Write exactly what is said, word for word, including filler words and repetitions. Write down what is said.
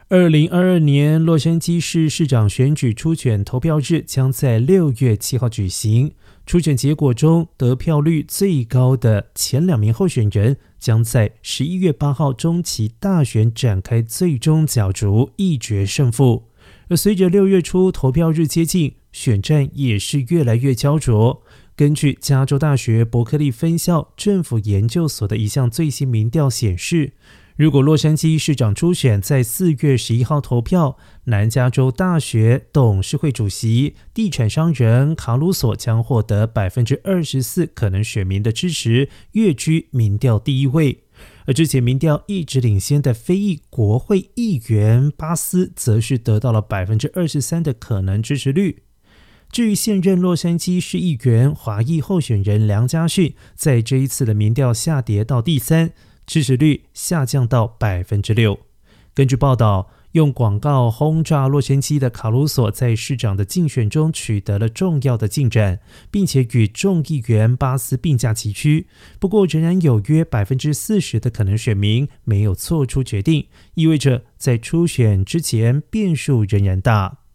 二零二二年洛杉矶市市长选举初选投票日将在六月七号举行。初选结果中，得票率最高的前两名候选人将在十一月八号中期大选展开最终角逐，一决胜负。而随着六月初投票日接近，选战也是越来越焦灼。根据加州大学伯克利分校政府研究所的一项最新民调显示，如果洛杉矶市长初选在四月十一号投票，南加州大学董事会主席、地产商人卡鲁索将获得 百分之二十四 可能选民的支持，跃居民调第一位。而之前民调一直领先的非裔国会议员巴斯，则是得到了 百分之二十三 的可能支持率。至于现任洛杉矶市议员华裔候选人梁家训，在这一次的民调下跌到第三，支持率下降到 百分之六。 根据报道，用广告轰炸洛杉矶的卡鲁索在市长的竞选中取得了重要的进展，并且与众议员巴斯并驾齐驱。不过仍然有约 百分之四十 的可能选民没有做出决定，意味着在初选之前变数仍然大。